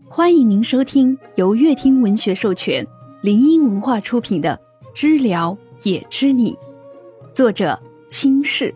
欢迎您收听由乐听文学授权、林音文化出品的《知了也知你》，作者清世。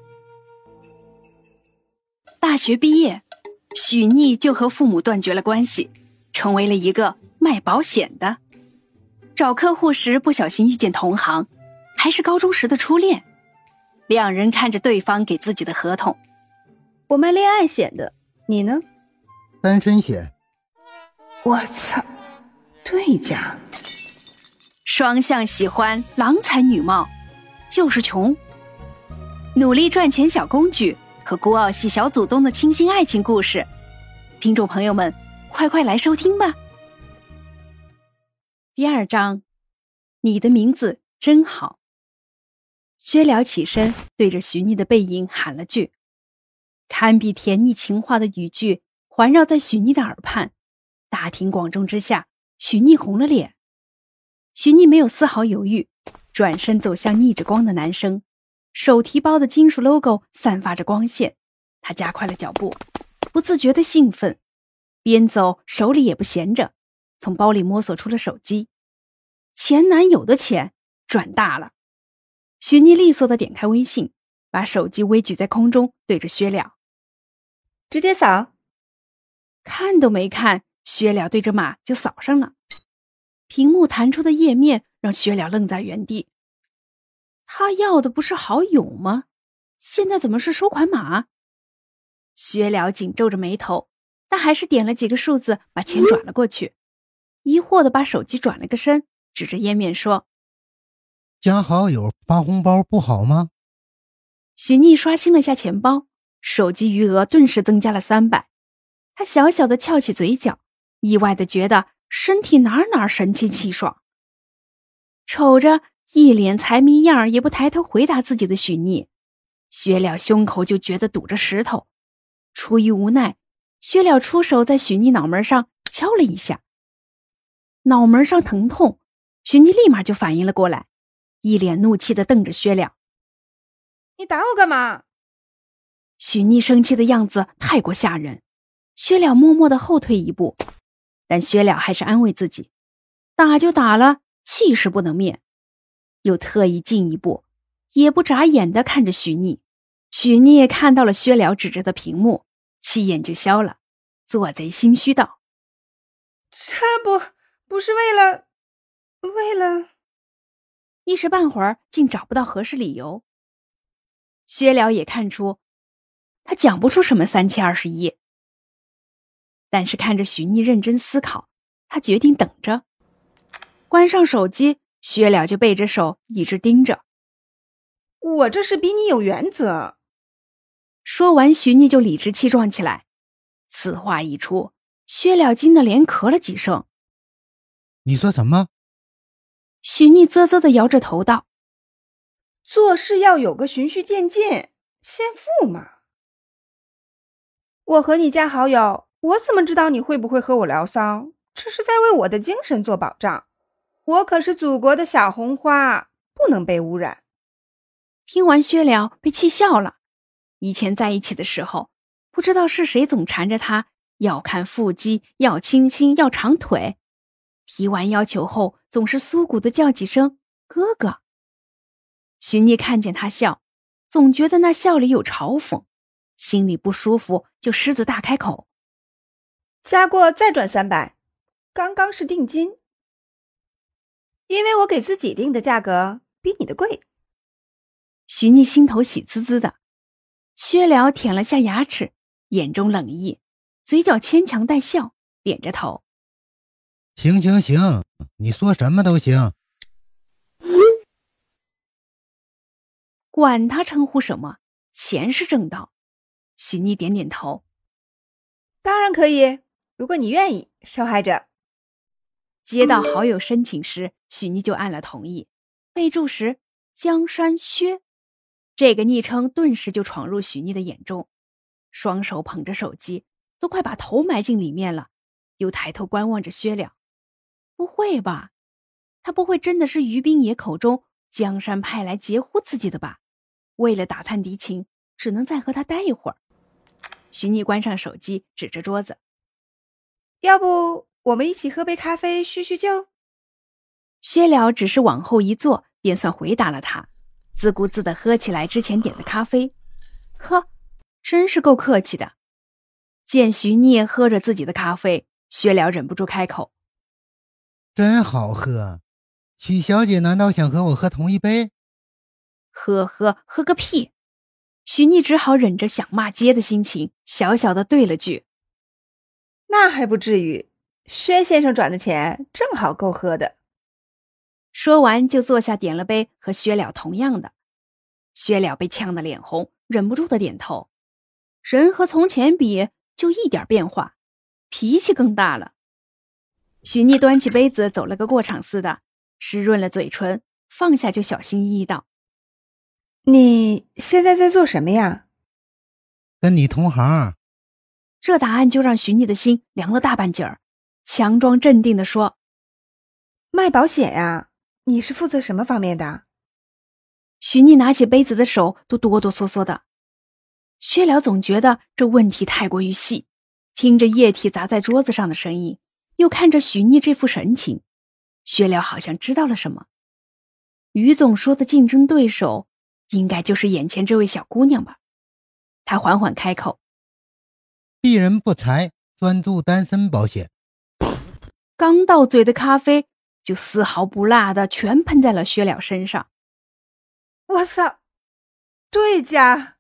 大学毕业，许逆就和父母断绝了关系，成为了一个卖保险的。找客户时不小心遇见同行，还是高中时的初恋。两人看着对方给自己的合同。 我卖恋爱险的，你呢？ 单身险。 我操，对家。 双向喜欢，郎才女貌，就是穷。努力赚钱小公举和孤傲系小祖宗的清新爱情故事，听众朋友们，快来收听吧。第二章，你的名字真好。薛了起身，对着许逆的背影喊了句，堪比甜腻情话的语句环绕在许逆的耳畔。大庭广众之下，许逆红了脸。许逆没有丝毫犹豫，转身走向逆着光的男生，手提包的金属 logo 散发着光线。他加快了脚步，不自觉的兴奋，边走手里也不闲着，从包里摸索出了手机。前男友的钱赚大了。许逆利索地点开微信，把手机微举在空中，对着薛了， 直接扫。 看都没看，薛了对着码就扫上了。屏幕弹出的页面让薛了愣在原地。他要的不是好友吗？现在怎么是收款码？薛了紧皱着眉头，但还是点了几个数字把钱转了过去，疑惑地把手机转了个身，指着页面说， 加好友发红包不好吗？ 许逆刷新了下钱包，手机余额顿时增加了300。他小小的翘起嘴角，意外地觉得身体哪神清气爽。瞅着一脸财迷样也不抬头回答自己的许逆，薛了胸口就觉得堵着石头。出于无奈，薛了出手在许逆脑门上敲了一下。脑门上疼痛，许逆立马就反应了过来，一脸怒气地瞪着薛了。 你打我干嘛？ 许逆生气的样子太过吓人，薛了默默地后退一步，但薛了还是安慰自己，打就打了，气势不能灭。又特意进一步，也不眨眼地看着许逆。许逆也看到了薛了指着的屏幕，气焰就消了，做贼心虚道， 这不是为了一时半会儿竟找不到合适理由。薛了也看出他讲不出什么3021，但是看着许逆认真思考，他决定等着。关上手机，薛了就背着手一直盯着。 我这是比你有原则。 说完，许逆就理直气壮起来。此话一出，薛了惊得连咳了几声。 你说什么？ 许逆啧啧地摇着头道， 做事要有个循序渐进，先富嘛。我和你加好友，我怎么知道你会不会和我聊骚？这是在为我的精神做保障。我可是祖国的小红花，不能被污染。 听完薛了被气笑了。以前在一起的时候，不知道是谁总缠着他，要看腹肌，要亲亲，要长腿。提完要求后，总是酥骨的叫几声哥哥。许逆看见他笑，总觉得那笑里有嘲讽，心里不舒服，就狮子大开口， 加过再转300，刚刚是定金。因为我给自己定的价格比你的贵。 许逆心头喜滋滋的。薛了舔了下牙齿，眼中冷意，嘴角牵强带笑，点着头， 行，你说什么都行。 管他称呼什么，钱是挣到。许逆点点头， 当然可以，如果你愿意，受害者。 接到好友申请时，许逆就按了同意。备注时江山薛，这个昵称顿时就闯入许逆的眼中。双手捧着手机，都快把头埋进里面了，又抬头观望着薛了。不会吧，他不会真的是于冰野口中江山派来截胡自己的吧？为了打探敌情，只能再和他待一会儿。许逆关上手机，指着桌子， 要不我们一起喝杯咖啡叙叙旧？ 薛了只是往后一坐，便算回答了他，自顾自地喝起来之前点的咖啡。呵，真是够客气的。见徐聂喝着自己的咖啡，薛了忍不住开口： 真好喝，许小姐难道想和我喝同一杯？ 喝个屁！徐聂只好忍着想骂街的心情，小小的对了句： 那还不至于，薛先生转的钱正好够喝的。 说完就坐下点了杯和薛了同样的。薛了被呛得脸红，忍不住的点头。人和从前比就一点变化，脾气更大了。许逆端起杯子走了个过场似的，湿润了嘴唇，放下就小心翼翼道： 你现在在做什么呀？ 跟你同行。 这答案就让许逆的心凉了大半截儿，强装镇定地说： 卖保险呀？你是负责什么方面的？ 许逆拿起杯子的手都哆哆嗦嗦的。薛了总觉得这问题太过于细，听着液体砸在桌子上的声音，又看着许逆这副神情，薛了好像知道了什么。于总说的竞争对手，应该就是眼前这位小姑娘吧？他缓缓开口： 鄙人不才，专注单身保险。 刚到嘴的咖啡就丝毫不落的全喷在了薛了身上。 我操，对家！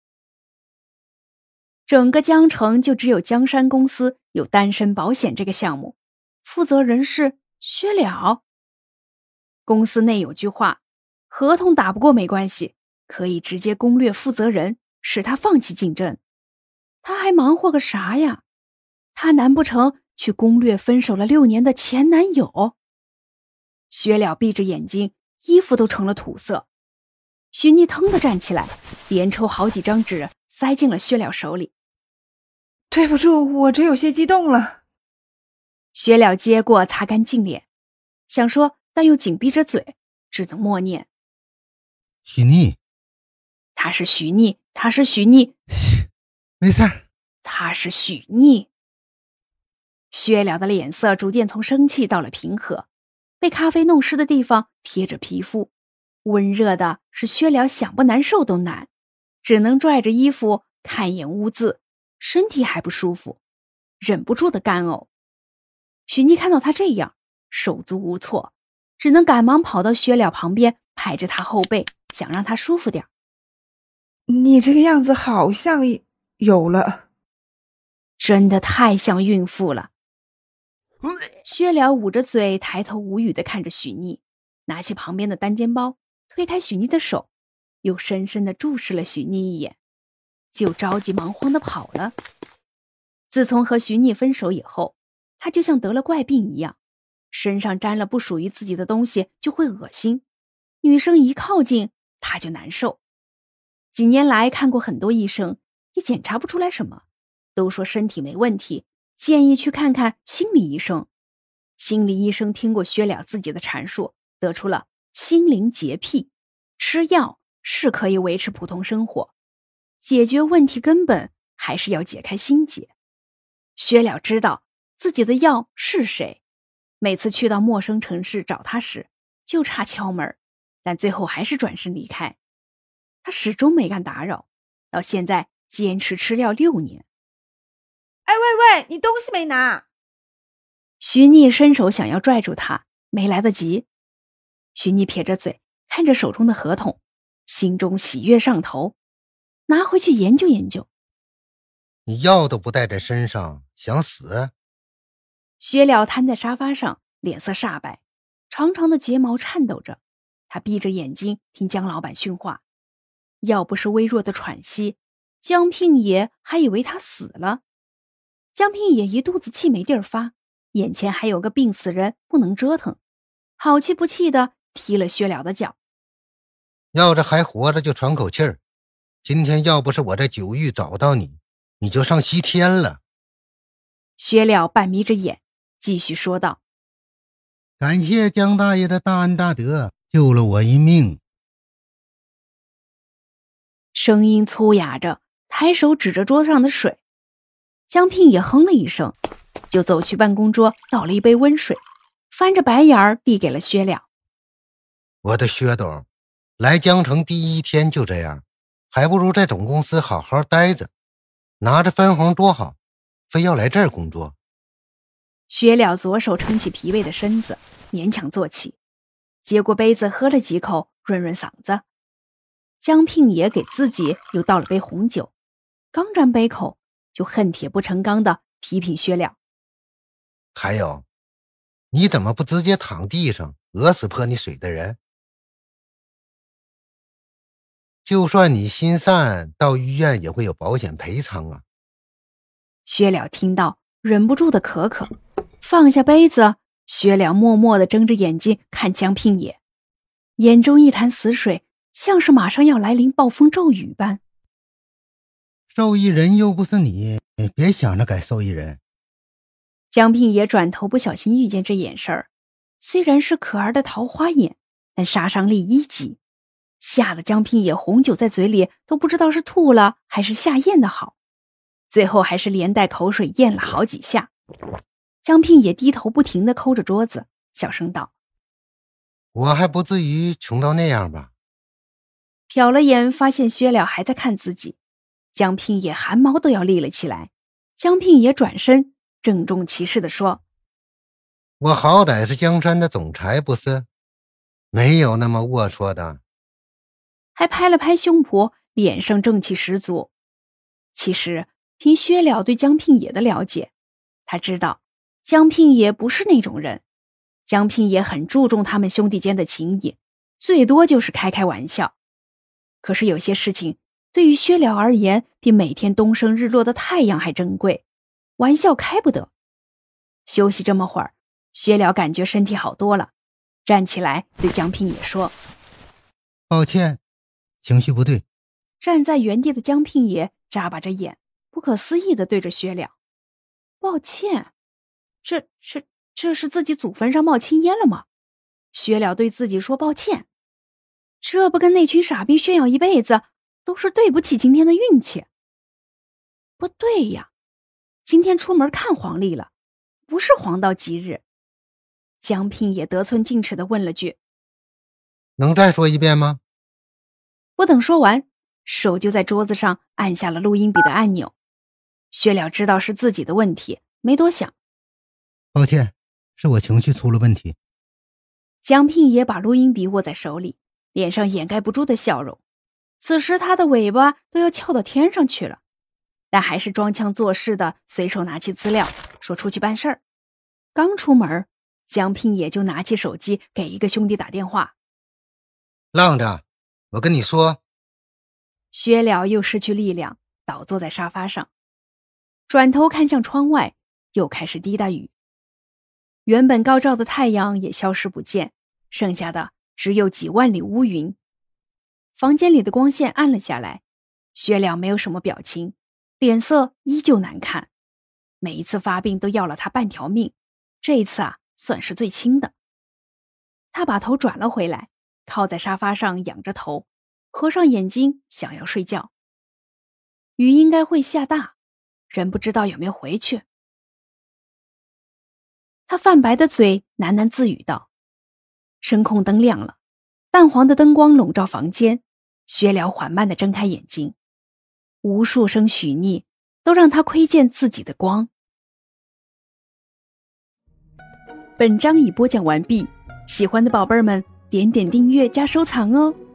整个江城就只有江山公司有单身保险这个项目，负责人是薛了。公司内有句话，合同打不过没关系，可以直接攻略负责人，使他放弃竞争。他还忙活个啥呀？他难不成去攻略分手了6年的前男友？薛了闭着眼睛，衣服都成了土色。许逆腾地站起来，连抽好几张纸塞进了薛了手里。 对不住，我这有些激动了。 薛了接过，擦干净脸，想说，但又紧闭着嘴，只能默念： 许逆。 他是许逆，他是许逆， 没事儿。 他是许逆。薛了的脸色逐渐从生气到了平和，被咖啡弄湿的地方贴着皮肤，温热的是薛了想不难受都难，只能拽着衣服看眼污渍，身体还不舒服，忍不住的干呕。许逆看到他这样，手足无措，只能赶忙跑到薛了旁边，拍着他后背，想让他舒服点。 你这个样子好像有了。 真的太像孕妇了。薛了捂着嘴，抬头无语地看着许逆，拿起旁边的单肩包，推开许逆的手，又深深地注视了许逆一眼，就着急忙慌地跑了。自从和许逆分手以后，他就像得了怪病一样，身上沾了不属于自己的东西就会恶心，女生一靠近他就难受。几年来看过很多医生，也检查不出来什么，都说身体没问题，建议去看看心理医生。心理医生听过薛了自己的阐述，得出了心灵洁癖，吃药是可以维持普通生活，解决问题根本还是要解开心结。薛了知道自己的药是谁，每次去到陌生城市找他时，就差敲门，但最后还是转身离开。他始终没敢打扰，到现在坚持吃药6年。 哎喂喂，你东西没拿！ 徐逆伸手想要拽住他，没来得及。徐逆撇着嘴，看着手中的合同，心中喜悦上头，拿回去研究研究。 你药都不带在身上，想死？ 薛了瘫在沙发上，脸色煞白，长长的睫毛颤抖着。他闭着眼睛听江老板训话，要不是微弱的喘息，江聘也还以为他死了。江聘也一肚子气没地儿发，眼前还有个病死人不能折腾，好气不气的踢了薛了的脚。 要是还活着就喘口气儿，今天要不是我在九域找到你，你就上西天了。 薛了半眯着眼，继续说道： 感谢江大爷的大恩大德，救了我一命。 声音粗哑着，抬手指着桌上的水。江聘也哼了一声， 就走去办公桌倒了一杯温水，翻着白眼儿递给了薛了。 我的薛董，来江城第一天就这样，还不如在总公司好好待着，拿着分红多好，非要来这儿工作。 薛了左手撑起疲惫的身子，勉强坐起，接过杯子喝了几口，润润嗓子。江聘也给自己又倒了杯红酒，刚沾杯口，就恨铁不成钢的批评薛了。 还有，你怎么不直接躺地上，饿死泼你水的人？就算你心散，到医院也会有保险赔偿啊。 薛了听到，忍不住的咳咳，放下杯子，薛了默默地睁着眼睛看江聘也，眼中一潭死水，像是马上要来临暴风骤雨般。 受益人又不是你，别想着改受益人。 江聘也转头不小心遇见这眼神儿，虽然是可儿的桃花眼，但杀伤力一级，吓得江聘也红酒在嘴里都不知道是吐了还是下咽的好，最后还是连带口水咽了好几下。江聘也低头不停地抠着桌子，小声道： 我还不至于穷到那样吧。 瞟了眼发现薛了还在看自己，江聘也汗毛都要立了起来。江聘也转身郑重其事地说： 我好歹是江山的总裁不是？没有那么龌龊的。 还拍了拍胸脯，脸上正气十足。其实凭薛了对江聘也的了解，他知道江聘也不是那种人，江聘也很注重他们兄弟间的情谊，最多就是开开玩笑。可是有些事情对于薛了而言，比每天东升日落的太阳还珍贵，玩笑开不得。休息这么会儿，薛了感觉身体好多了，站起来对江聘也说： 抱歉，情绪不对。 站在原地的江聘也眨巴着眼，不可思议地对着薛了：抱歉，这是自己祖坟上冒青烟了吗？薛了对自己说抱歉，这不跟那群傻逼炫耀一辈子，都是对不起今天的运气。不对呀，今天出门看黄历了，不是黄道吉日。江聘也得寸进尺地问了句： 能再说一遍吗？ 不等说完，手就在桌子上按下了录音笔的按钮。薛了知道是自己的问题，没多想。 抱歉，是我情绪出了问题。 江聘也把录音笔握在手里，脸上掩盖不住的笑容。此时他的尾巴都要翘到天上去了，但还是装腔作势的随手拿起资料，说出去办事儿。刚出门，江聘也就拿起手机给一个兄弟打电话。 浪着，我跟你说。 薛了又失去力量，倒坐在沙发上，转头看向窗外，又开始滴答雨。原本高照的太阳也消失不见，剩下的只有几万里乌云。房间里的光线暗了下来，薛了没有什么表情，脸色依旧难看。每一次发病都要了他半条命，这一次算是最轻的。他把头转了回来，靠在沙发上仰着头，合上眼睛想要睡觉。雨应该会下大，人不知道有没有回去。他泛白的嘴喃喃自语道。声控灯亮了，淡黄的灯光笼罩房间。薛了缓慢地睁开眼睛，无数声许逆都让他窥见自己的光。本章已播讲完毕，喜欢的宝贝们点点订阅加收藏哦。